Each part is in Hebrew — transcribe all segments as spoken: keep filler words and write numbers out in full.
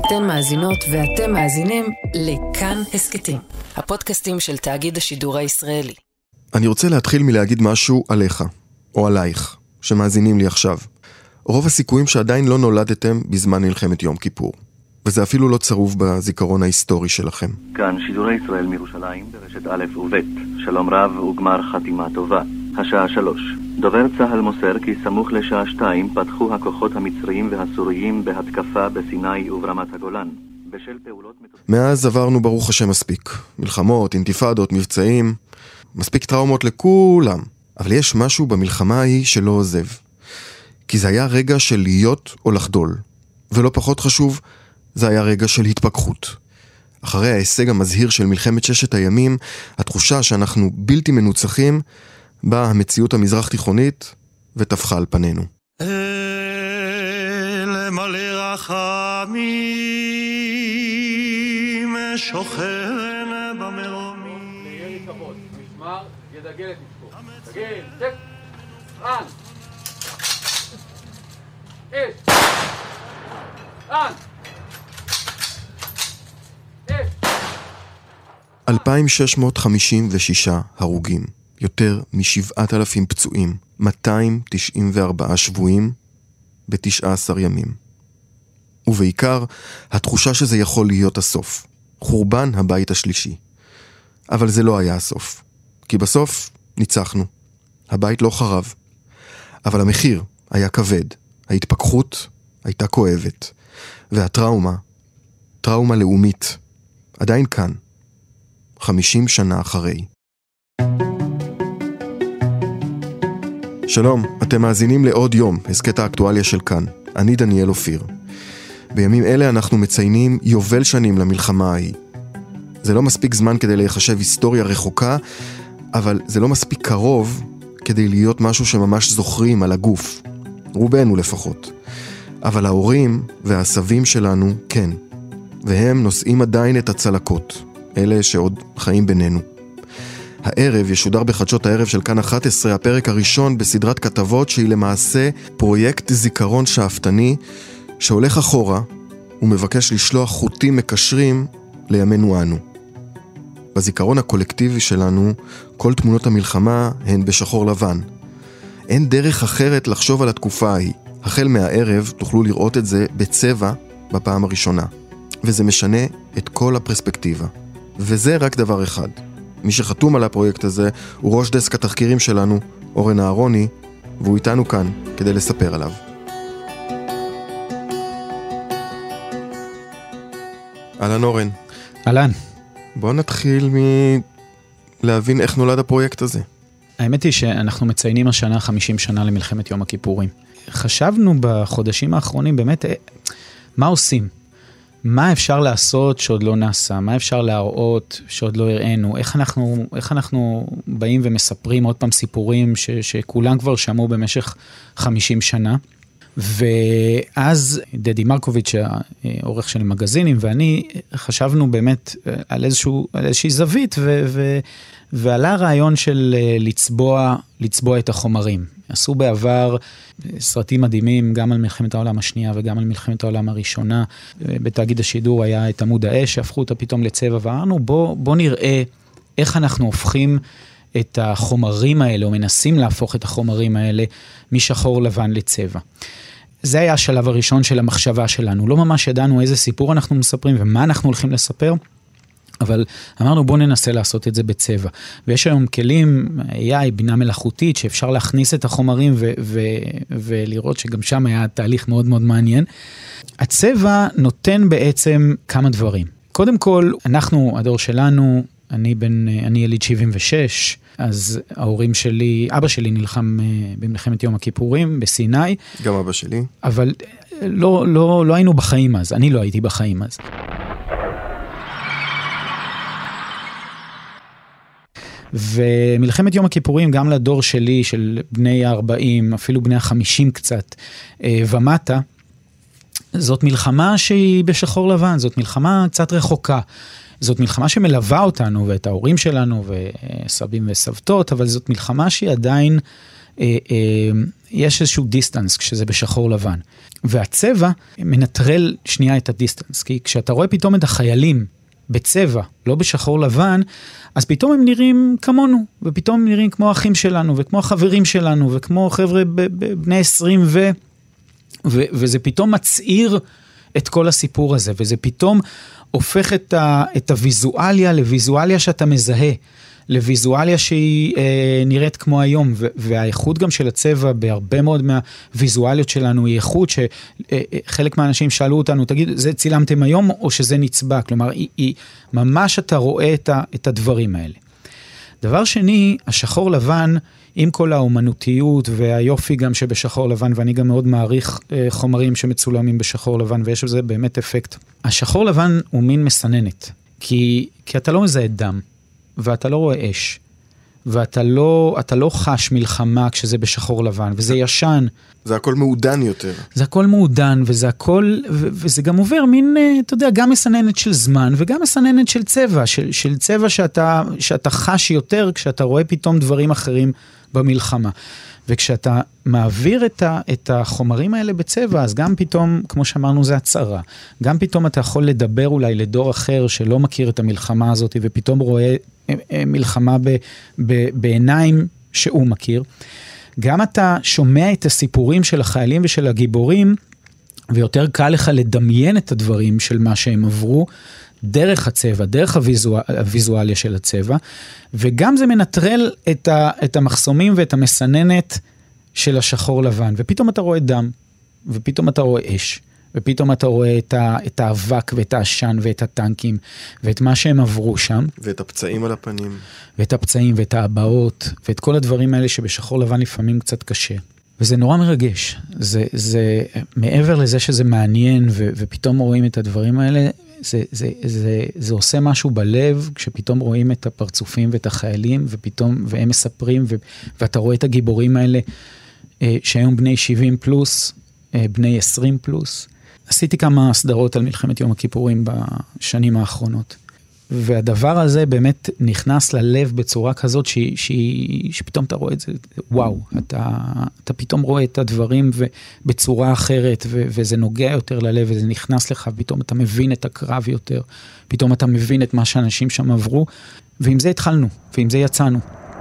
אתן מאזינות ואתם מאזינים לכאן הסקטים, הפודקאסטים של תאגיד השידור הישראלי. אני רוצה להתחיל מלהגיד משהו עליך, או עלייך, שמאזינים לי עכשיו. רוב הסיכויים שעדיין לא נולדתם בזמן מלחמת יום כיפור, וזה אפילו לא צרוב בזיכרון ההיסטורי שלכם. כאן שידורי ישראל מירושלים ברשת א' וב'. שלום רב וגמר חתימה טובה. השעה שלוש. דובר צהל מוסר כי סמוך לשעה שתיים פתחו הכוחות המצריים והסוריים בהתקפה בסיני וברמת הגולן. בשל פעולות... מאז עברנו ברוך השם מספיק. מלחמות, אינתיפאדות, מבצעים, מספיק טראומות לכולם. אבל יש משהו במלחמה ההיא שלא עוזב. כי זה היה רגע של להיות או לחדול. ולא פחות חשוב, זה היה רגע של התפכחות. אחרי ההישג המזהיר של מלחמת ששת הימים, התחושה שאנחנו בלתי מנוצחים, באה המציאות המזרח תיכונית וטפחה על פנינו. אל מלא רחמים שוכן במרומים. לירי כבוד, משמר ידגל את נפקו. תגיל, צק, רן. אש. רן. אלפיים שש מאות חמישים ושישה הרוגים, יותר מ-שבעת אלפים פצועים, מאתיים תשעים וארבעה שבויים ב-תשעה עשר ימים. ובעיקר, התחושה שזה יכול להיות הסוף, חורבן הבית השלישי. אבל זה לא היה הסוף, כי בסוף ניצחנו. הבית לא חרב, אבל המחיר היה כבד, ההתפכחות הייתה כואבת, והטראומה, טראומה לאומית, עדיין כאן. חמישים שנה אחרי. שלום, אתם מאזינים לעוד יום, הסקט האקטואליה של כאן. אני דניאל אופיר. בימים אלה אנחנו מציינים יובל שנים למלחמה ההיא. זה לא מספיק זמן כדי להיחשב היסטוריה רחוקה, אבל זה לא מספיק קרוב כדי להיות משהו שממש זוכרים על הגוף. רובנו לפחות. אבל ההורים והסבים שלנו כן. והם נושאים עדיין את הצלקות. אלה שעוד חיים בינינו. הערב ישודר בחדשות הערב של כאן אחת עשרה, הפרק הראשון בסדרת כתבות שהיא למעשה פרויקט זיכרון שאפתני שהולך אחורה ומבקש לשלוח חוטים מקשרים לימינו אנו. בזיכרון הקולקטיבי שלנו כל תמונות המלחמה הן בשחור לבן. אין דרך אחרת לחשוב על התקופה ההיא. החל מהערב תוכלו לראות את זה בצבע בפעם הראשונה. וזה משנה את כל הפרספקטיבה. וזה רק דבר אחד. מי שחתום על הפרויקט הזה הוא ראש דסק התחקירים שלנו, אורן אהרוני, והוא איתנו כאן כדי לספר עליו. אהלן אורן. אהלן. בוא נתחיל מלהבין איך נולד הפרויקט הזה. האמת היא שאנחנו מציינים השנה חמישים שנה למלחמת יום הכיפורים. חשבנו בחודשים האחרונים באמת, מה עושים? מה אפשר לעשות שעוד לא נעשה? מה אפשר להראות שעוד לא הראינו? איך אנחנו, איך אנחנו באים ומספרים עוד פעם סיפורים ש, שכולם כבר שמעו במשך חמישים שנה? ואז דדי מרקוביץ', העורך של מגזינים, ואני חשבנו באמת על, איזשהו, על איזושהי זווית, ו, ו, ועלה הרעיון של לצבוע, לצבוע את החומרים. עשו בעבר סרטים מדהימים, גם על מלחמת העולם השנייה וגם על מלחמת העולם הראשונה. בתאגיד השידור היה את עמוד האש, שהפכו אותה פתאום לצבע, ואמרנו בוא, בוא נראה איך אנחנו הופכים את החומרים האלה, או מנסים להפוך את החומרים האלה משחור לבן לצבע. זה היה השלב הראשון של המחשבה שלנו. לא ממש ידענו איזה סיפור אנחנו מספרים ומה אנחנו הולכים לספר, אבל אמרנו בוא ננסה לעשות את זה בצבע. ויש היום כלים, איי איי, בינה מלאכותית, שאפשר להכניס את החומרים ו- ו- ולראות שגם שם היה תהליך מאוד מאוד מעניין. הצבע נותן בעצם כמה דברים. קודם כל, אנחנו, הדור שלנו, אני בן, אני יליד שבעים ושש, אז ההורים שלי, אבא שלי נלחם במלחמת יום הכיפורים בסיני. גם אבא שלי. אבל לא, לא, לא היינו בחיים אז, אני לא הייתי בחיים אז. ומלחמת יום הכיפורים, גם לדור שלי, של בני ה-ארבעים, אפילו בני ה-חמישים קצת, ומטה, זאת מלחמה שהיא בשחור לבן, זאת מלחמה קצת רחוקה. זאת מלחמה שמלווה אותנו, ואת ההורים שלנו, וסבים וסבתות, אבל זאת מלחמה שהיא עדיין יש איזשהו דיסטנס כשזה בשחור לבן. והצבע מנטרל שנייה את הדיסטנס, כי כשאתה רואה פתאום את החיילים בצבע, לא בשחור לבן, אז פתאום הם נראים כמונו, ופתאום הם נראים כמו האחים שלנו, וכמו החברים שלנו, וכמו חבר'ה בני עשרים ו... ו... וזה פתאום מצעיר את כל הסיפור הזה, וזה פתאום הופך את, ה... את הוויזואליה לוויזואליה שאתה מזהה, לוויזואליה שהיא אה, נראית כמו היום, ו- והאיכות גם של הצבע בהרבה מאוד מהוויזואליות שלנו היא איכות שחלק אה, מהאנשים שאלו אותנו, תגיד, זה צילמתם היום או שזה נצבע? כלומר, היא, היא, ממש אתה רואה את, ה- את הדברים האלה. דבר שני, השחור לבן, עם כל האומנותיות והיופי גם שבשחור לבן, ואני גם מאוד מעריך אה, חומרים שמצולמים בשחור לבן, ויש בזה באמת אפקט. השחור לבן הוא מין מסננת, כי, כי אתה לא מזהה דם. ואתה לא רואה אש, ואתה לא, אתה לא חש מלחמה כשזה בשחור לבן, וזה ישן. זה הכל מעודן יותר. זה הכל מעודן, וזה הכל, ו- וזה גם עובר מין, אתה יודע, גם מסננת של זמן, וגם מסננת של צבע, של, של צבע שאתה, שאתה חש יותר, כשאתה רואה פתאום דברים אחרים במלחמה. וכשאתה מעביר את, ה, את החומרים האלה בצבע, אז גם פתאום, כמו שאמרנו, זה הצרה. גם פתאום אתה יכול לדבר אולי לדור אחר שלא מכיר את המלחמה הזאת, ופתאום רואה מלחמה ב, ב, בעיניים שהוא מכיר. גם אתה שומע את הסיפורים של החיילים ושל הגיבורים, ויותר קל לך לדמיין את הדברים של מה שהם עברו, דרך הצבע, דרך הוויזואל, הוויזואליה של הצבע, וגם זה מנטרל את, ה, את המחסומים ואת המסננת של השחור לבן, ופתאום אתה רואה דם, ופתאום אתה רואה אש, ופתאום אתה רואה את, ה, את האבק ואת העשן ואת הטנקים, ואת מה שהם עברו שם. ואת הפצעים על הפנים. ואת הפצעים ואת האבעות, ואת כל הדברים האלה שבשחור לבן לפעמים קצת קשה. וזה נורא מרגש. זה, זה מעבר לזה שזה מעניין, ו, ופתאום רואים את הדברים האלה, זה, זה, זה, זה עושה משהו בלב, כשפתאום רואים את הפרצופים ואת החיילים, ופתאום, והם מספרים, ו, ואתה רואה את הגיבורים האלה, שהיום בני שבעים פלוס, בני עשרים פלוס. עשיתי כמה סדרות על מלחמת יום הכיפורים בשנים האחרונות. והדבר הזה באמת נכנס ללב בצורה כזאת, שהיא, שהיא, שפתאום אתה רואה את זה, וואו, אתה, אתה פתאום רואה את הדברים בצורה אחרת, ו, וזה נוגע יותר ללב, וזה נכנס לך, פתאום אתה מבין את הקרב יותר, פתאום אתה מבין את מה שאנשים שם עברו, ועם זה התחלנו, ועם זה יצאנו.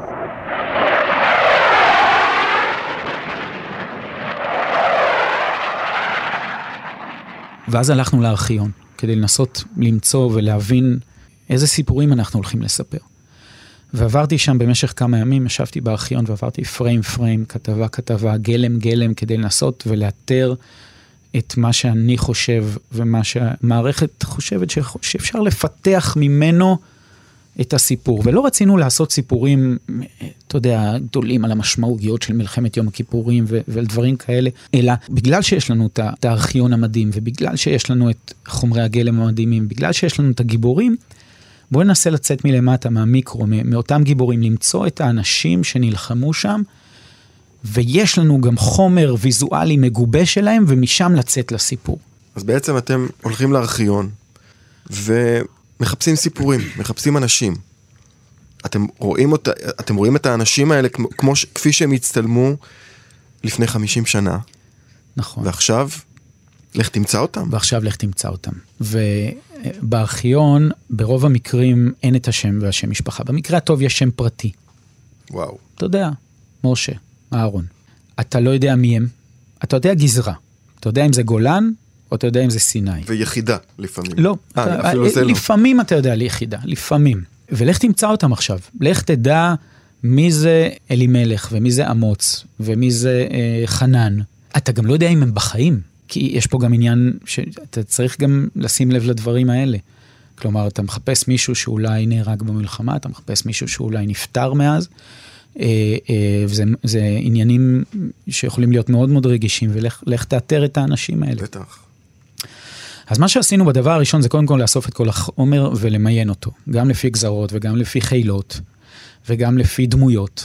ואז הלכנו לארכיון, כדי לנסות למצוא ולהבין איזה סיפורים אנחנו הולכים לספר. ועברתי שם במשך כמה ימים, ישבתי בארכיון ועברתי פריים פריים, כתבה כתבה, גלם גלם, כדי לנסות ולאתר את מה שאני חושב, ומה שהמערכת חושבת שאפשר לפתח ממנו את הסיפור. ולא רצינו לעשות סיפורים, אתה יודע, גדולים על המשמעויות של מלחמת יום הכיפורים ועל דברים כאלה, אלא בגלל שיש לנו את הארכיון המדהים, ובגלל שיש לנו את חומרי הגלם המדהימים, בגלל שיש לנו את הגיבורים, בואו ננסה לצאת מלמטה, מהמיקרו, מאותם גיבורים, למצוא את האנשים שנלחמו שם, ויש לנו גם חומר ויזואלי מגובה שלהם, ומשם לצאת לסיפור. אז בעצם אתם הולכים לארכיון, ומחפשים סיפורים, מחפשים אנשים. אתם רואים, אותה, אתם רואים את האנשים האלה, כמו, כפי שהם הצטלמו לפני חמישים שנה. נכון. ועכשיו, לך תמצא אותם. ועכשיו לך תמצא אותם. ובארכיון, ברוב המקרים, אין את השם והשם משפחה. במקרה הטוב יש שם פרטי. וואו. אתה יודע, משה, אהרון. אתה לא יודע מי הם. אתה יודע גזרה. אתה יודע אם זה גולן, או אתה יודע אם זה סיני. ויחידה, לפעמים. לא. אה, אתה, אפילו זה לא. לפעמים אתה יודע ליחידה, לפעמים. ולך תמצא אותם עכשיו. לך תדע מי זה אלימלך, ומי זה אמוץ, ומי זה אה, חנן. אתה גם לא יודע אם הם בחיים. כי יש פה גם עניין שאתה צריך גם לשים לב לדברים האלה. כלומר, אתה מחפש מישהו שאולי נהרג במלחמה, אתה מחפש מישהו שאולי נפטר מאז, וזה זה עניינים שיכולים להיות מאוד מאוד רגישים, ולך תאתר את האנשים האלה. בטח. אז מה שעשינו בדבר הראשון זה קודם כל לאסוף את כל החומר ולמיין אותו, גם לפי גזרות וגם לפי חילות, וגם לפי דמויות.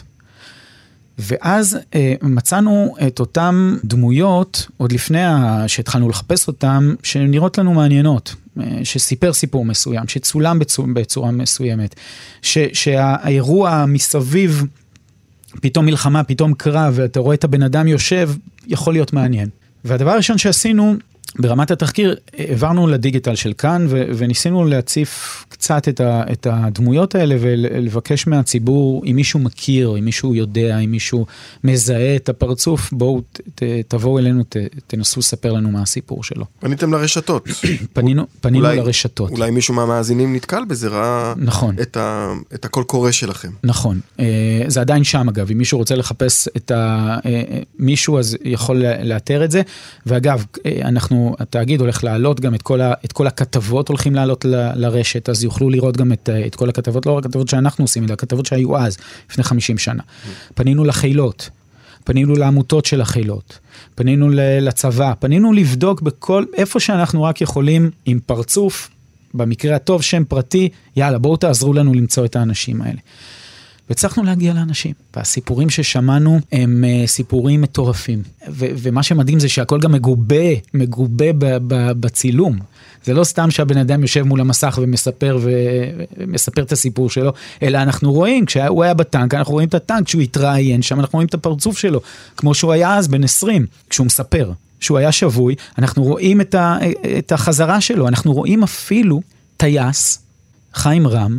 ואז אה, מצאנו את אותם דמויות, עוד לפני שהתחלנו לחפש אותם, שנראות לנו מעניינות, אה, שסיפר סיפור מסוים, שצולם בצורה, בצורה מסוימת, ש, שהאירוע מסביב פתאום מלחמה, פתאום קרב, ואתה רואה את הבן אדם יושב, יכול להיות מעניין. והדבר הראשון שעשינו, ברמת התחקיר, העברנו לדיגיטל של כאן, ו- וניסינו להציף קצת את, ה- את הדמויות האלה, ולבקש מהציבור, אם מישהו מכיר, אם מישהו יודע, אם מישהו מזהה את הפרצוף, בואו ת- ת- תבואו אלינו, ת- תנסו לספר לנו מה הסיפור שלו. פניתם לרשתות. פנינו, פנינו אולי, לרשתות. אולי מישהו מהמאזינים נתקל בזה, ראה נכון. את, ה- את הכל קורא שלכם. נכון. זה עדיין שם, אגב. אם מישהו רוצה לחפש את ה- מישהו, אז יכול לאתר את זה. ואגב, אנחנו, התאגיד הולך לעלות גם את כל, ה, את כל הכתבות הולכים לעלות ל, לרשת, אז יוכלו לראות גם את, את כל הכתבות, לא רק הכתבות שאנחנו עושים, אלא הכתבות שהיו אז, לפני חמישים שנה. פנינו לחילות, פנינו לעמותות של החילות, פנינו לצבא, פנינו לבדוק בכל, איפה שאנחנו רק יכולים, עם פרצוף, במקרה הטוב, שם פרטי, יאללה, בואו תעזרו לנו למצוא את האנשים האלה. והצלחנו להגיע לאנשים, והסיפורים ששמענו הם uh, סיפורים מטורפים, ו- ומה שמדהים זה שהכל גם מגובה, מגובה ב- ב- בצילום, זה לא סתם שהבן אדם יושב מול המסך ומספר, ומספר את הסיפור שלו, אלא אנחנו רואים, כשהוא היה בטנק, אנחנו רואים את הטנק, כשהוא התראיין שם, אנחנו רואים את הפרצוף שלו, כמו שהוא היה אז בן עשרים, כשהוא מספר, שהוא היה שבוי, אנחנו רואים את, ה- את החזרה שלו, אנחנו רואים אפילו טייס, חיים רם,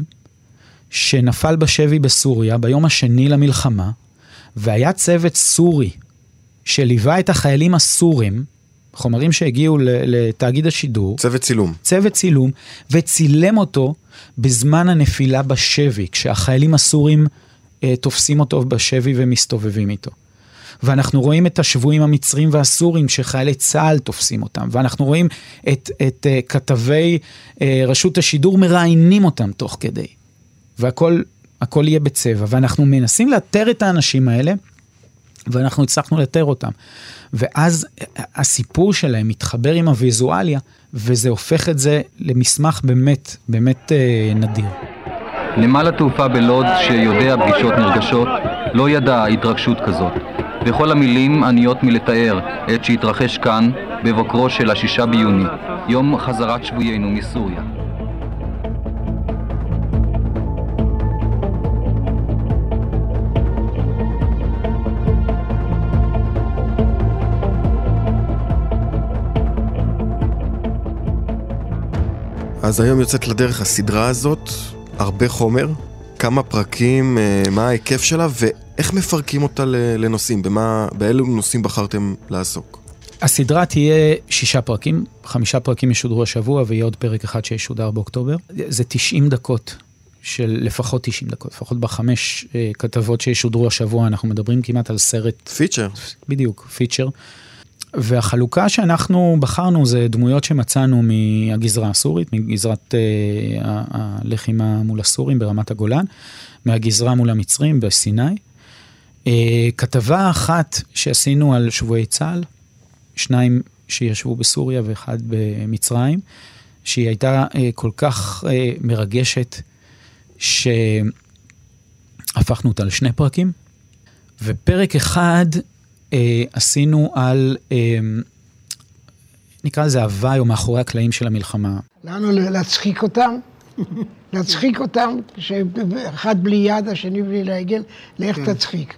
שנפל בשבי בסוריה ביום השני למלחמה, והיה צוות סורי שליווה את החיילים הסורים, חומרים שהגיעו לתאגיד השידור. צוות צילום. צוות צילום, וצילם אותו בזמן הנפילה בשבי, כשהחיילים הסורים אה, תופסים אותו בשבי ומסתובבים איתו. ואנחנו רואים את השבויים המצרים והסורים שחיילי צה"ל תופסים אותם, ואנחנו רואים את, את uh, כתבי uh, רשות השידור מראיינים אותם תוך כדי. והכל הכל יהיה בצבע, ואנחנו מנסים לאתר את האנשים האלה, ואנחנו הצלחנו לאתר אותם. ואז הסיפור שלהם מתחבר עם הוויזואליה, וזה הופך את זה למסמך באמת, באמת אה, נדיר. נמל התעופה בלוד שיודע פגישות נרגשות, לא ידע התרגשות כזאת. וכל המילים עניות מלתאר את שהתרחש כאן בבוקרו של השישה ביוני, יום חזרת שבויינו מסוריה. אז היום יוצאת לדרך הסדרה הזאת, הרבה חומר, כמה פרקים, מה ההיקף שלה, ואיך מפרקים אותה לנושאים, במה, באילו נושאים בחרתם לעסוק? הסדרה תהיה שישה פרקים, חמישה פרקים ישודרו השבוע, ויהיה עוד פרק אחד שישודר באוקטובר. זה תשעים דקות, של לפחות תשעים דקות, לפחות בחמש כתבות שישודרו השבוע, אנחנו מדברים כמעט על סרט... פיצ'ר. בדיוק, פיצ'ר. והחלוקה שאנחנו בחרנו זה דמויות שמצאנו מהגזרה הסורית, מגזרת אה, הלחימה מול הסורים ברמת הגולן, מהגזרה מול המצרים בסיני. אה, כתבה אחת שעשינו על שבויי צה"ל, שניים שישבו בסוריה ואחד במצרים, שהיא הייתה אה, כל כך אה, מרגשת, שהפכנו אותה לשני פרקים, ופרק אחד... Uh, עשינו על, uh, נקרא לזה הוואי או מאחורי הקלעים של המלחמה. לנו להצחיק אותם, להצחיק אותם, שאחד בלי יד, השני בלי לעגל, לאיך תצחיק.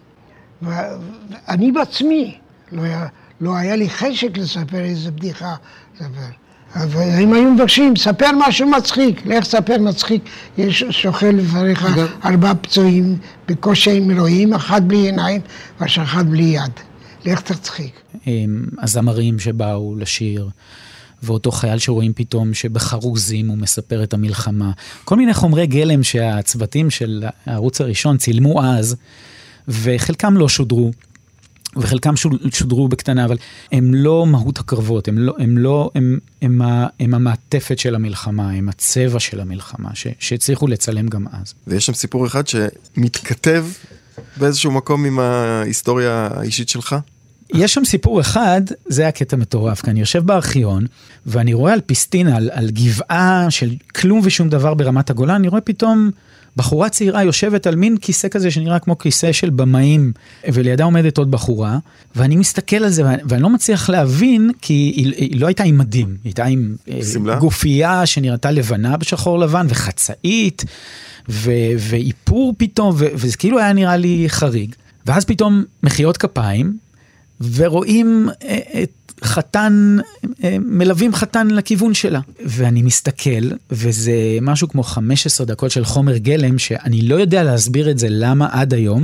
ואני בעצמי, לא היה, לא היה לי חשק לספר איזה בדיחה, לספר. אבל הם היו מבקשים, ספר משהו מצחיק, לך ספר מצחיק, יש שוכב לפניך ארבעה פצועים, בקושי הם רואים, אחד בלי עיניים, ואחד בלי יד. לך תצחיק. הזמרים שבאו לשיר, ואותו חייל שרואים פתאום שבחרוזים הוא מספר את המלחמה. כל מיני חומרי גלם שהצוותים של הערוץ הראשון צילמו אז, וחלקם לא שודרו, וחלקם שודרו בקטנה, אבל הם לא מהות הקרבות, הם לא, הם לא, הם, הם, הם המעטפת של המלחמה, הם הצבע של המלחמה, ש, שהצליחו לצלם גם אז. ויש שם סיפור אחד שמתכתב באיזשהו מקום עם ההיסטוריה האישית שלך? יש שם סיפור אחד, זה הקטע מטורף, כי אני יושב בארכיון, ואני רואה על פיסטינה, על, על גבעה של כלום ושום דבר ברמת הגולן, אני רואה פתאום בחורה צעירה יושבת על מין כיסא כזה שנראה כמו כיסא של במאים, ולידה עומדת עוד בחורה, ואני מסתכל על זה, ואני לא מצליח להבין, כי היא, היא לא הייתה עם מדים, היא הייתה עם סמלה? גופייה שנראתה לבנה בשחור לבן, וחצאית, ו, ואיפור פתאום, ו, וזה כאילו היה נראה לי חריג. ואז פתאום מחיאות כפיים, ורואים את חתן, מלווים חתן לכיוון שלה. ואני מסתכל, וזה משהו כמו חמש עשרה דקות של חומר גלם, שאני לא יודע להסביר את זה למה עד היום,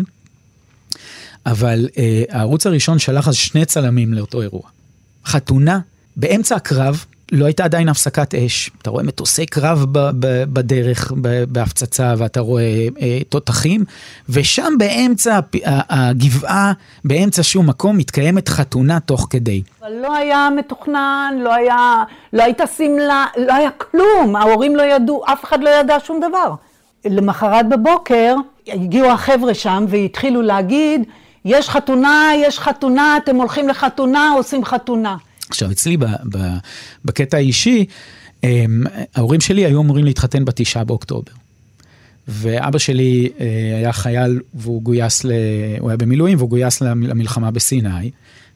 אבל אה, הערוץ הראשון שלח אז שני צלמים לאותו אירוע. חתונה, באמצע הקרב, לא הייתה עדיין הפסקת אש. אתה רואה מטוסי קרב ב- ב- בדרך, ב- בהפצצה, ואתה רואה אה, תותחים, ושם באמצע הגבעה, באמצע שום מקום, מתקיימת חתונה תוך כדי. אבל לא היה מתוכנן, לא היה, לא הייתה סמלה, לא היה כלום. ההורים לא ידעו, אף אחד לא ידע שום דבר. למחרת בבוקר, הגיעו החבר'ה שם והתחילו להגיד, יש חתונה, יש חתונה, אתם הולכים לחתונה, עושים חתונה. עכשיו, אצלי ב, ב, בקטע האישי, ההורים שלי היו אמורים להתחתן בתשעה באוקטובר. ואבא שלי היה חייל, והוא גויס, ל, הוא היה במילואים, והוא גויס למלחמה בסיני.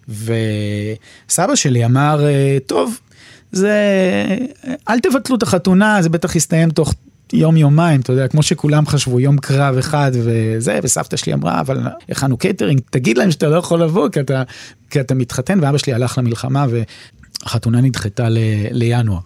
וסבא שלי אמר, טוב, זה, אל תבטלו את החתונה, זה בטח יסתיים תוך יום יומיים, אתה יודע, כמו שכולם חשבו, יום קרב אחד וזה, וסבתא שלי אמרה, אבל הכנו קייטרינג, תגיד להם שאתה לא יכול לבוא, כי אתה, כי אתה מתחתן, ואבא שלי הלך למלחמה, והחתונה נדחתה ל, לינואר.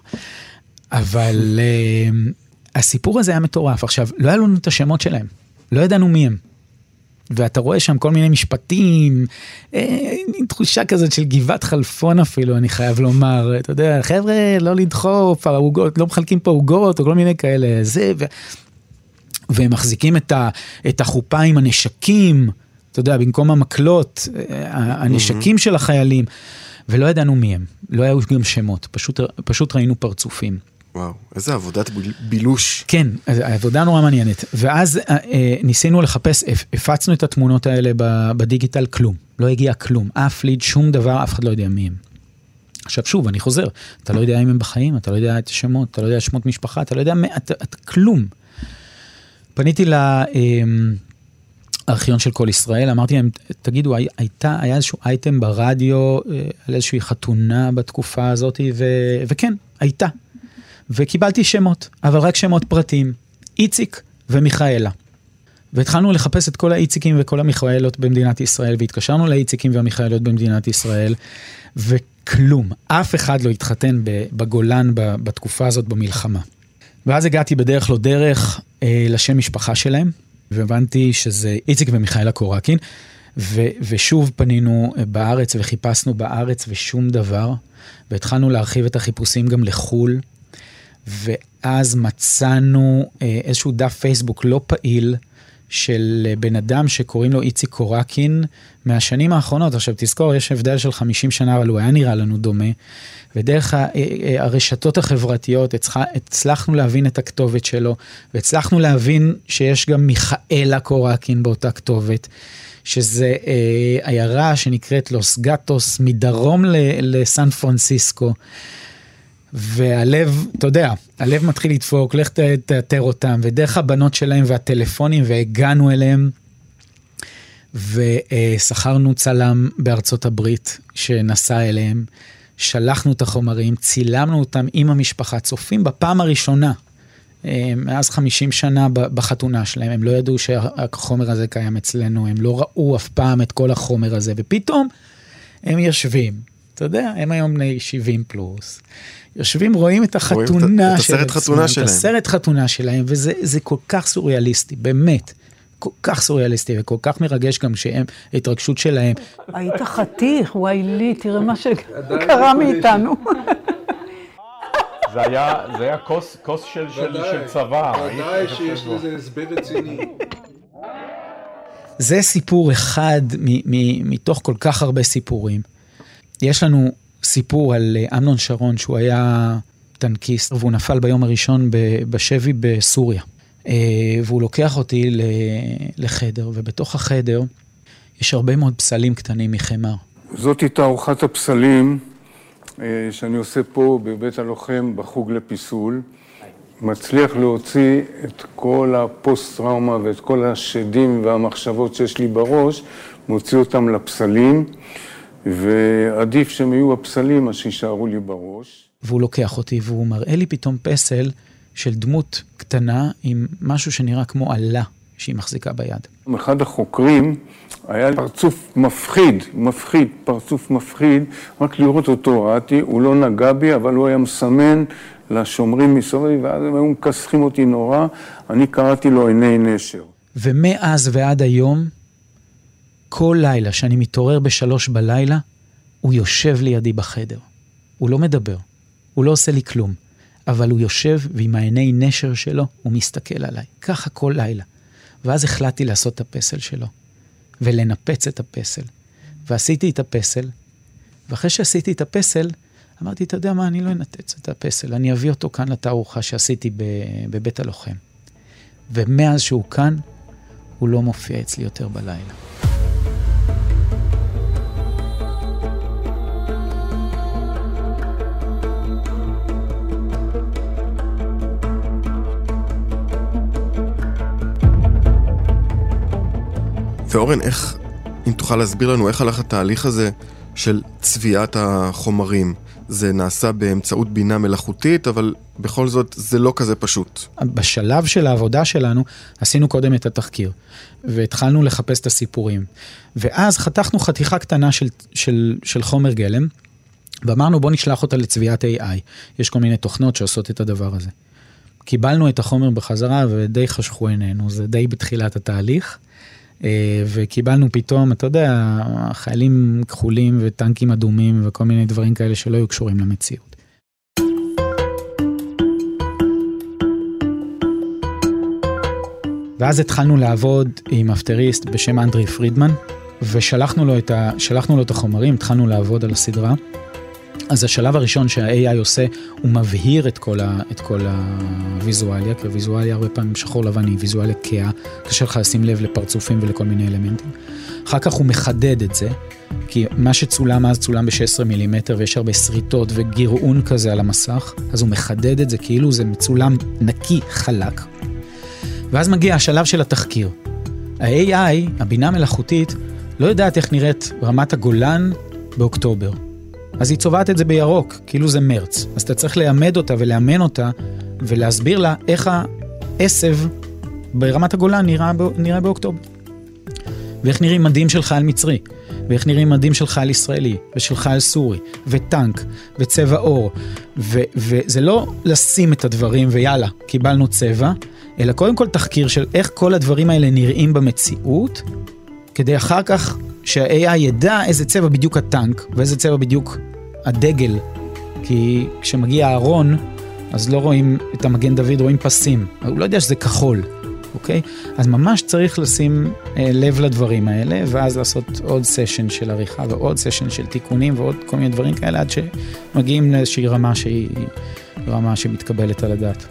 אבל הסיפור הזה היה מטורף. עכשיו, לא היה לנו את השמות שלהם, לא ידענו מי הם. ואתה רואה שם כל מיני משפטים, אה, תחושה כזאת של גבעת חלפון אפילו, אני חייב לומר, אתה יודע, חבר'ה, לא לדחוף, העוגות, לא מחלקים פה עוגות, או כל מיני כאלה, זה, ו... והם מחזיקים את, ה... את החופה עם הנשקים, אתה יודע, במקום המקלות, הנשקים של החיילים, ולא ידענו מי הם, לא היו גם שמות, פשוט, פשוט ראינו פרצופים. וואו, איזה עבודת בילוש. כן, העבודה נורא מעניינת. ואז אה, ניסינו לחפש, הפצנו את התמונות האלה בדיגיטל, כלום. לא הגיע כלום. אף ליד, שום דבר, אף אחד לא יודע מי הם. עכשיו שוב, אני חוזר, אתה לא יודע אם הם בחיים, אתה לא יודע את השמות, אתה לא יודע שמות משפחה, אתה לא יודע, אתה, אתה, כלום. פניתי לארכיון של כל ישראל, אמרתי להם, תגידו, הייתה, היה איזשהו אייטם ברדיו, על איזושהי חתונה בתקופה הזאת, ו, וכן, הייתה. וקיבלתי שמות, אבל רק שמות פרטיים, איציק ומיכאלה. והתחלנו לחפש את כל האיציקים וכל המיכאלות במדינת ישראל, והתקשרנו לאיציקים והמיכאלות במדינת ישראל, וכלום, אף אחד לא התחתן בגולן בתקופה הזאת במלחמה. ואז הגעתי בדרך לא דרך אה, לשם משפחה שלהם, והבנתי שזה איציק ומיכאלה קורקין, ו- ושוב פנינו בארץ וחיפשנו בארץ ושום דבר, והתחלנו להרחיב את החיפושים גם לחול, ואז מצאנו איזשהו דף פייסבוק לא פעיל של בן אדם שקוראים לו איציק קורקין מהשנים האחרונות. עכשיו תזכור, יש הבדל של חמישים שנה, אבל הוא היה נראה לנו דומה, ודרך הרשתות החברתיות הצלחנו להבין את הכתובת שלו, והצלחנו להבין שיש גם מיכאלה קורקין באותה כתובת, שזה עיירה שנקראת לוס גטוס, מדרום לסן פרנסיסקו, והלב, אתה יודע, הלב מתחיל לדפוק, לך תאתר אותם, ודרך הבנות שלהם והטלפונים, והגענו אליהם, ושכרנו צלם בארצות הברית, שנסע אליהם, שלחנו את החומרים, צילמנו אותם עם המשפחה, צופים בפעם הראשונה, מאז חמישים שנה בחתונה שלהם, הם לא ידעו שהחומר הזה קיים אצלנו, הם לא ראו אף פעם את כל החומר הזה, ופתאום הם יושבים, אתה יודע, הם היום בני שבעים פלוס, יושבים, רואים את החתונה את הסרט חתונה שלהם. את הסרט חתונה שלהם, וזה כל כך סוריאליסטי, באמת, כל כך סוריאליסטי, וכל כך מרגש גם שהם, ההתרגשות שלהם. היית חתיך, וואי לי, תראה מה שקרה מאיתנו. זה היה, זה היה כוס, כוס של, של, של צבא. ודאי שיש לזה הסבר רציני. זה סיפור אחד מ- מ- מתוך כל כך הרבה סיפורים. יש לנו סיפור על אמנון שרון, שהוא היה טנקיסט, והוא נפל ביום הראשון בשבי בסוריה. והוא לוקח אותי לחדר, ובתוך החדר יש הרבה מאוד פסלים קטנים מחמר. זאת תערוכת הפסלים שאני עושה פה בבית הלוחם בחוג לפיסול. מצליח להוציא את כל הפוסט-טראומה ואת כל השדים והמחשבות שיש לי בראש, מוציא אותם לפסלים, ועדיף שהם יהיו הפסלים אז שישארו לי בראש. והוא לוקח אותי והוא מראה לי פתאום פסל של דמות קטנה עם משהו שנראה כמו עלה שהיא מחזיקה ביד. אחד החוקרים היה פרצוף מפחיד, מפחיד, פרצוף מפחיד, רק לראות אותו, ראיתי, הוא לא נגע בי, אבל הוא היה מסמן לשומרים מסביב, ואז הם היו מכסחים אותי נורא, אני קראתי לו עיני נשר. ומאז ועד היום, כל לילה שאני מתעורר בשלוש בלילה, הוא יושב לידי בחדר. הוא לא מדבר, הוא לא עושה לי כלום, אבל הוא יושב ועם העיני נשר שלו, הוא מסתכל עליי. ככה כל לילה. ואז החלטתי לעשות את הפסל שלו, ולנפץ את הפסל. ועשיתי את הפסל, ואחרי שעשיתי את הפסל, אמרתי, אתה יודע מה, אני לא אנתץ את הפסל, אני אביא אותו כאן לתערוכה שעשיתי בבית הלוחם. ומאז שהוא כאן, הוא לא מופיע אצלי יותר בלילה. ואורן, איך, אם תוכל להסביר לנו, איך הלך התהליך הזה של צביעת החומרים? זה נעשה באמצעות בינה מלאכותית, אבל בכל זאת זה לא כזה פשוט. בשלב של העבודה שלנו, עשינו קודם את התחקיר, והתחלנו לחפש את הסיפורים. ואז חתכנו חתיכה קטנה של, של, של חומר גלם, ואמרנו בוא נשלח אותה לצביעת איי איי. יש כל מיני תוכנות שעושות את הדבר הזה. קיבלנו את החומר בחזרה, ודי חשכו עינינו, זה די בתחילת התהליך. וקיבלנו פתאום, אתה יודע, חיילים כחולים וטנקים אדומים וכל מיני דברים כאלה שלא היו קשורים למציאות. ואז התחלנו לעבוד עם אפטריסט בשם אנדרי פרידמן, ושלחנו לו את, ה... שלחנו לו את החומרים, התחלנו לעבוד על הסדרה. אז השלב הראשון שה-איי איי עושה, הוא מבהיר את כל, ה, את כל הוויזואליה, כי הוויזואליה הרבה פעמים שחור לבן היא ויזואליה קאה, קשה לך לשים לב לפרצופים ולכל מיני אלמנטים. אחר כך הוא מחדד את זה, כי מה שצולם אז צולם ב-שש עשרה מילימטר, ויש הרבה שריטות וגירעון כזה על המסך, אז הוא מחדד את זה כאילו זה מצולם נקי, חלק. ואז מגיע השלב של התחקיר. ה-איי איי, הבינה מלאכותית, לא יודעת איך נראית רמת הגולן באוקטובר. אז היא צובעת את זה בירוק, כאילו זה מרץ. אז אתה צריך לאמד אותה ולאמן אותה, ולהסביר לה איך העשב ברמת הגולן נראה, נראה באוקטובר. ואיך נראים מדים של חייל מצרי, ואיך נראים מדים של חייל ישראלי, ושל חייל סורי, וטנק, וצבע אור. ו- וזה לא לשים את הדברים ויאללה, קיבלנו צבע, אלא קודם כל תחקיר של איך כל הדברים האלה נראים במציאות, כדי אחר כך שה-איי איי ידע איזה צבע בדיוק הטנק, ואיזה צבע בדיוק הדגל. כי כשמגיע הארון, אז לא רואים את המגן דוד, רואים פסים. הוא לא יודע שזה כחול, אוקיי? אז ממש צריך לשים אה, לב לדברים האלה, ואז לעשות עוד סשן של עריכה, ועוד סשן של תיקונים, ועוד כל מיני דברים כאלה, עד שמגיעים לאיזושהי רמה שהיא רמה שמתקבלת על הדעת.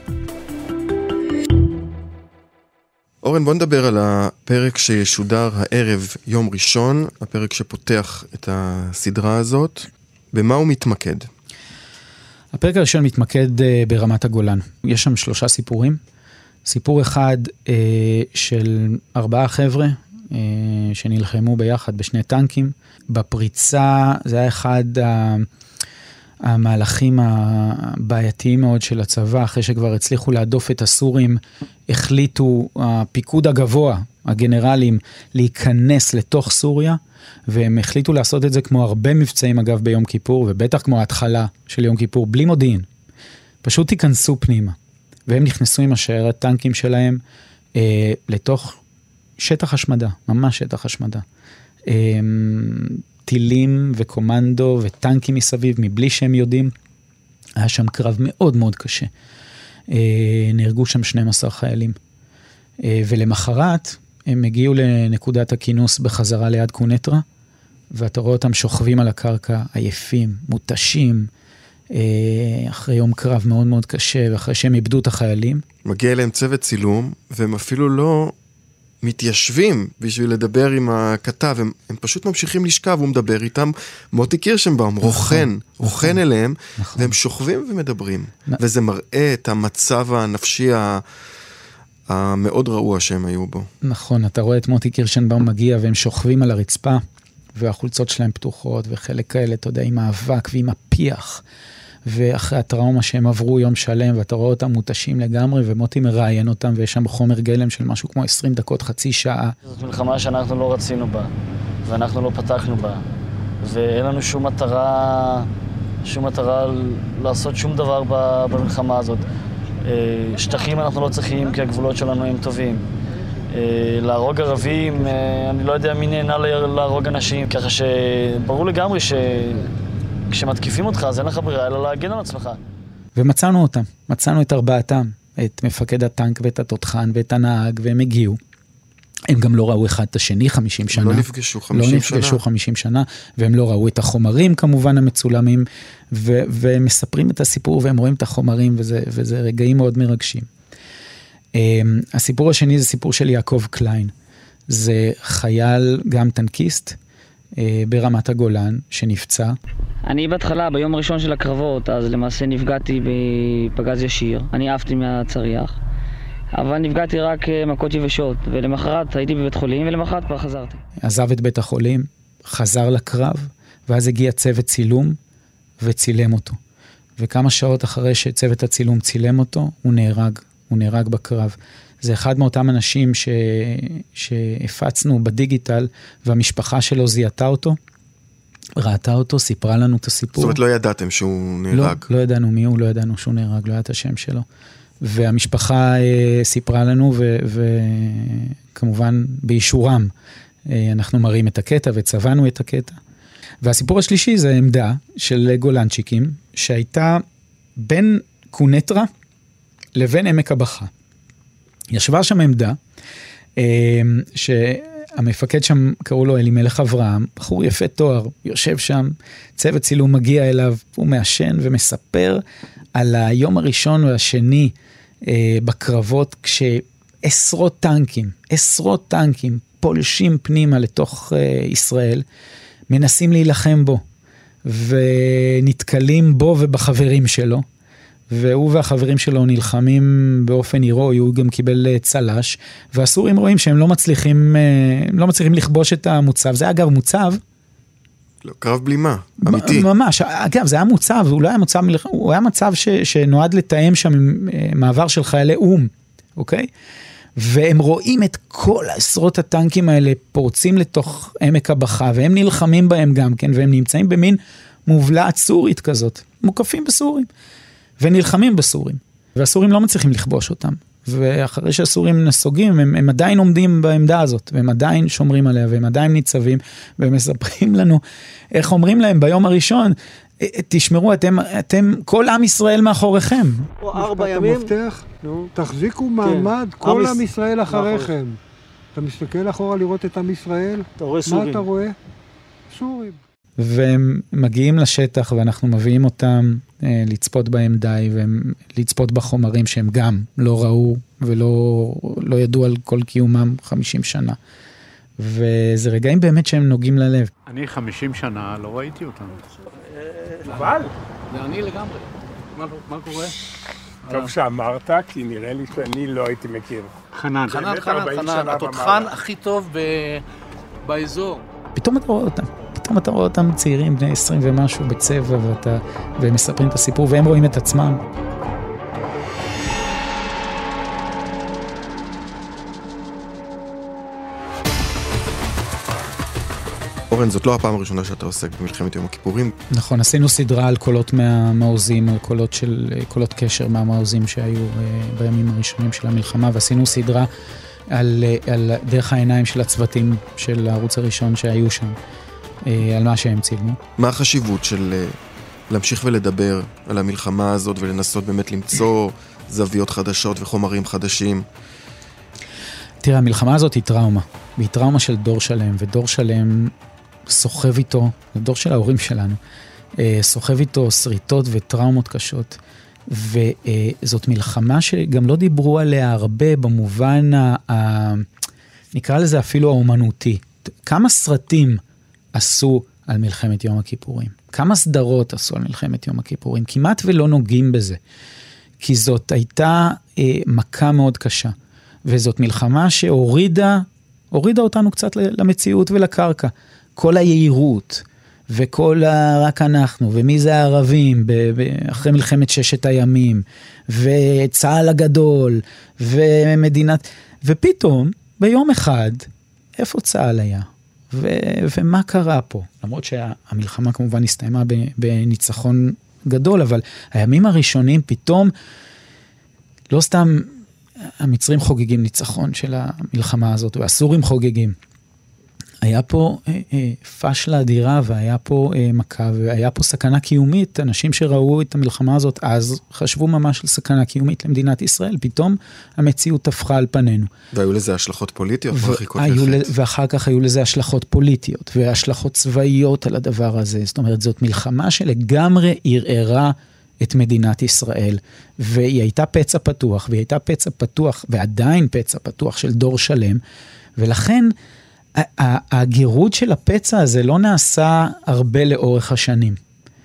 אורן, בוא נדבר על הפרק שישודר הערב יום ראשון, הפרק שפותח את הסדרה הזאת. במה הוא מתמקד? הפרק הראשון מתמקד ברמת הגולן. יש שם שלושה סיפורים. סיפור אחד אה, של ארבעה חבר'ה אה, שנלחמו ביחד בשני טנקים. בפריצה זה היה אחד ה... המהלכים הבעייתיים מאוד של הצבא, אחרי שכבר הצליחו להדוף את הסורים, החליטו הפיקוד הגבוה, הגנרלים, להיכנס לתוך סוריה, והם החליטו לעשות את זה כמו הרבה מבצעים אגב ביום כיפור, ובטח כמו ההתחלה של יום כיפור, בלי מודיעין. פשוט תיכנסו פנימה, והם נכנסו עם השיירת טנקים שלהם אה, לתוך שטח השמדה, ממש שטח השמדה. אה, טילים וקומנדו וטנקים מסביב, מבלי שהם יודעים. היה שם קרב מאוד מאוד קשה. נהרגו שם שנים עשר חיילים. ולמחרת הם הגיעו לנקודת הכינוס בחזרה ליד קונטרה, ואתה רואה אותם שוכבים על הקרקע, עייפים, מותשים, אחרי יום קרב מאוד מאוד קשה, ואחרי שהם איבדו את החיילים. מגיע אליהם צוות צילום, והם אפילו לא מתיישבים בשביל לדבר עם הכתב, הם, הם פשוט ממשיכים לשכב, הוא מדבר איתם, מוטי קירשנבאום, רוחן, רוחן אליהם, והם שוכבים ומדברים, וזה מראה את המצב הנפשי המאוד רעוע שהם היו בו. נכון, אתה רואה את מוטי קירשנבאום מגיע, והם שוכבים על הרצפה, והחולצות שלהם פתוחות, וחלק כאלה, אתה יודע, עם האבק ועם הפיח, ואחרי הטראומה שהם עברו יום שלם, ואתה רואה אותם מותשים לגמרי, ומוטי מראיין אותם, ויש שם חומר גלם של משהו כמו עשרים דקות, חצי שעה. זאת מלחמה שאנחנו לא רצינו בה, ואנחנו לא פתחנו בה, ואין לנו שום מטרה, שום מטרה לעשות שום דבר במלחמה הזאת. שטחים אנחנו לא צריכים, כי הגבולות שלנו הם טובים. להרוג ערבים, אני לא יודע מי נהנה להרוג אנשים, ככה שברור לגמרי שכשמתקיפים אותך, אז אין לך ברירה, אלא להגן על עצמך. ומצאנו אותם, מצאנו את ארבעתם, את מפקד הטנק ואת התותחן ואת הנהג, והם הגיעו. הם גם לא ראו אחד את השני חמישים שנה. לא נפגשו חמישים שנה. לא נפגשו חמישים שנה, והם לא ראו את החומרים כמובן המצולמים, ו- והם מספרים את הסיפור, והם רואים את החומרים, וזה, וזה רגעים מאוד מרגשים. Um, הסיפור השני זה סיפור של יעקב קליין. זה חייל, גם טנקיסט, uh, ברמת הגולן, שנפצע. אני בהתחלה, ביום הראשון של הקרבות, אז למעשה נפגעתי בפגז ישיר. אני עפתי מהצריח. אבל נפגעתי רק מכות יבשות, ולמחרת הייתי בבית חולים, ולמחרת כבר חזרתי. עזב את בית החולים, חזר לקרב, ואז הגיע צוות צילום, וצילם אותו. וכמה שעות אחרי שצוות הצילום צילם אותו, הוא נהרג, הוא נהרג בקרב. זה אחד מאותם אנשים ש... שהפצנו בדיגיטל, והמשפחה שלו זיהתה אותו, ראתה אותו, סיפרה לנו את הסיפור. זאת אומרת, לא ידעתם שהוא נהרג. לא, לא ידענו מי הוא, לא ידענו שהוא נהרג, לא ידע את השם שלו. והמשפחה אה, סיפרה לנו, ו, וכמובן באישורם, אה, אנחנו מראים את הקטע וצבענו את הקטע. והסיפור השלישי זה עמדה של גולנצ'יקים, שהייתה בין קונטרה לבין עמק הבכה. ישבה שם עמדה, אה, שהמפקד שם קראו לו אלימלך אברהם, בחור יפה תואר, יושב שם, צוות צילום מגיע אליו, הוא מעשן ומספר על היום הראשון והשני, בקרבות, כשעשרות טנקים, עשרות טנקים פולשים פנימה לתוך ישראל, מנסים להילחם בו, ונתקלים בו ובחברים שלו, והוא והחברים שלו נלחמים באופן הירואי, הוא גם קיבל צלש, והסורים רואים שהם לא מצליחים, לא מצליחים לכבוש את המוצב. זה אגב מוצב, לא, קרב בלימה, אמיתי. ממש, אגב, זה היה מוצב, הוא לא היה מוצב, הוא היה מצב ש, שנועד לתאם שם מעבר של חיילי אום, אוקיי? והם רואים את כל עשרות הטנקים האלה פורצים לתוך עמק הבכה, והם נלחמים בהם גם כן, והם נמצאים במין מובלעת סורית כזאת, מוקפים בסורים, ונלחמים בסורים, והסורים לא מצליחים לכבוש אותם. ואחרי שהסורים נסוגים, הם, הם עדיין עומדים בעמדה הזאת, והם עדיין שומרים עליה, והם עדיין ניצבים, והם מספרים לנו, איך אומרים להם ביום הראשון, תשמרו, אתם, אתם, כל עם ישראל מאחוריכם. ארבע ימים. המפתח, נו, תחזיקו מעמד, כל עם ישראל אחריכם. אתה מסתכל אחורה לראות את עם ישראל, אתה רואה סורים. מה אתה רואה? סורים. והם מגיעים לשטח, ואנחנו מביאים אותם אה, לצפות בהם די, ולצפות בחומרים שהם גם לא ראו, ולא לא ידעו על כל קיומם חמישים שנה. וזה רגעים באמת שהם נוגעים ללב. אני חמישים שנה לא ראיתי אותם. אבל, זה אני לגמרי. מה קורה? טוב שאמרת, כי נראה לי שאני לא הייתי מכיר. חנן, חנן, חנן, התותחן הכי טוב באזור. פתאום אתה רואה אותם. פתאום אתה רואה אותם צעירים, בני עשרים ומשהו בצבע, ואתה, והם מספרים את הסיפור, והם רואים את עצמם. אורן, זאת לא הפעם הראשונה שאתה עוסק במלחמת יום הכיפורים. נכון, עשינו סדרה על קולות מהמעוזים, על קולות של, קולות קשר מהמעוזים שהיו בימים הראשונים של המלחמה, ועשינו סדרה על, על דרך העיניים של הצוותים של הערוץ הראשון שהיו שם. על מה שהם צילמו. מה החשיבות של להמשיך ולדבר על המלחמה הזאת ולנסות באמת למצוא זוויות חדשות וחומרים חדשים? תראה, המלחמה הזאת היא טראומה. והיא טראומה של דור שלם, ודור שלם סוחב איתו, זה דור של ההורים שלנו, סוחב איתו שריטות וטראומות קשות. וזאת מלחמה שגם לא דיברו עליה הרבה במובן, ה... נקרא לזה אפילו האומנותי. כמה סרטים עשו על מלחמת יום הכיפורים. כמה סדרות עשו על מלחמת יום הכיפורים. כמעט ולא נוגעים בזה. כי זאת הייתה אה, מכה מאוד קשה. וזאת מלחמה שהורידה, הורידה אותנו קצת למציאות ולקרקע. כל היעירות וכל ה... רק אנחנו, ומי זה הערבים, ב... ב... אחרי מלחמת ששת הימים, וצהל הגדול, ומדינת... ופתאום, ביום אחד, איפה צהל היה? ו... ומה קרה פה? למרות שהמלחמה כמובן הסתיימה בניצחון גדול, אבל הימים הראשונים פתאום, לא סתם המצרים חוגגים ניצחון של המלחמה הזאת, והסורים חוגגים. היה פה אה, אה, פשלה אדירה, והיה פה אה, מכה, והיה פה סכנה קיומית. אנשים שראו את המלחמה הזאת אז, חשבו ממש על סכנה קיומית למדינת ישראל. פתאום המציאות הפכה על פנינו. והיו לזה השלכות פוליטיות, מרחיקות לכת. ואחר כך היו לזה השלכות פוליטיות, והשלכות צבאיות על הדבר הזה. זאת אומרת, זאת מלחמה שלגמרי ערערה את מדינת ישראל, והיא הייתה פצע פתוח, והיא הייתה פצע פתוח, ועדיין פצע פתוח של דור שלם, ולכן הגירות של הפצע הזה לא נעשה הרבה לאורך השנים.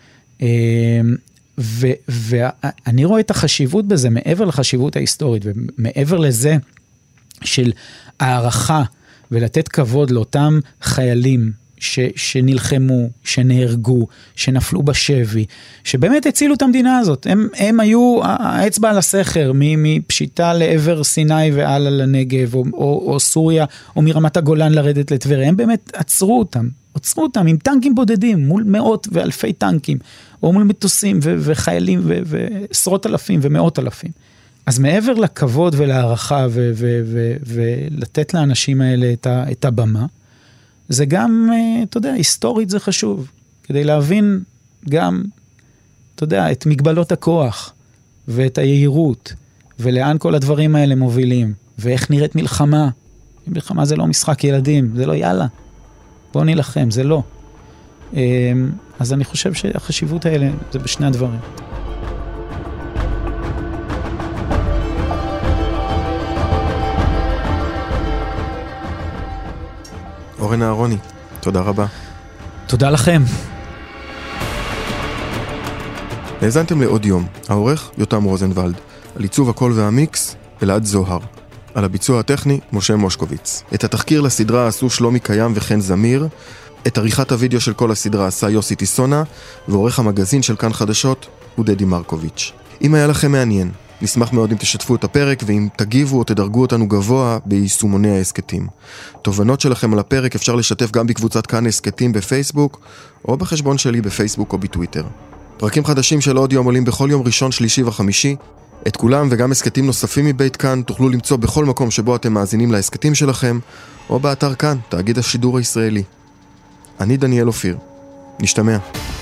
ואני רואה את החשיבות בזה, מעבר לחשיבות ההיסטורית, ומעבר לזה של הערכה, ולתת כבוד לאותם חיילים, ש, שנלחמו, שנהרגו, שנפלו בשבי, שבאמת הצילו את המדינה הזאת. הם, הם היו האצבע על הסכר, מפשיטה לעבר סיני ועל לנגב, או, או, או סוריה, או מרמת הגולן לרדת לטבריה. הם באמת עצרו אותם, עצרו אותם עם טנקים בודדים, מול מאות ואלפי טנקים, או מול מטוסים ו, וחיילים ו, ועשרות אלפים ומאות אלפים. אז מעבר לכבוד ולהערכה ו, ו, ו, ולתת לאנשים האלה את, ה, את הבמה, זה גם, אתה יודע, היסטורית זה חשוב, כדי להבין גם, אתה יודע, את מגבלות הכוח, ואת היהירות, ולאן כל הדברים האלה מובילים, ואיך נראית מלחמה. מלחמה זה לא משחק ילדים, זה לא יאללה, בוא נלחם, זה לא. אז אני חושב שהחשיבות האלה, זה בשני הדברים. אורן אהרוני, תודה רבה. תודה לכם. האזנתם לעוד יום. העורך יותם רוזנבלד. על עיצוב הקול והמיקס, אלעד זוהר. על הביצוע הטכני, משה מושקוביץ. את התחקיר לסדרה עשו שלומי קיים וחן זמיר. את עריכת הוידאו של כל הסדרה עשה יוסי טיסונה, ועורך המגזין של כאן חדשות הוא דדי מרקוביץ'. אם היה לכם מעניין, נשמח מאוד אם תשתפו את הפרק, ואם תגיבו או תדרגו אותנו גבוה ביישומוני העסקתים. תובנות שלכם על הפרק אפשר לשתף גם בקבוצת כאן העסקתים בפייסבוק, או בחשבון שלי בפייסבוק או בטוויטר. פרקים חדשים של עוד יום עולים בכל יום ראשון, שלישי וחמישי. את כולם וגם עסקתים נוספים מבית כאן תוכלו למצוא בכל מקום שבו אתם מאזינים לעסקתים שלכם, או באתר כאן, תאגיד השידור הישראלי. אני דניאל אופיר. נשתמע.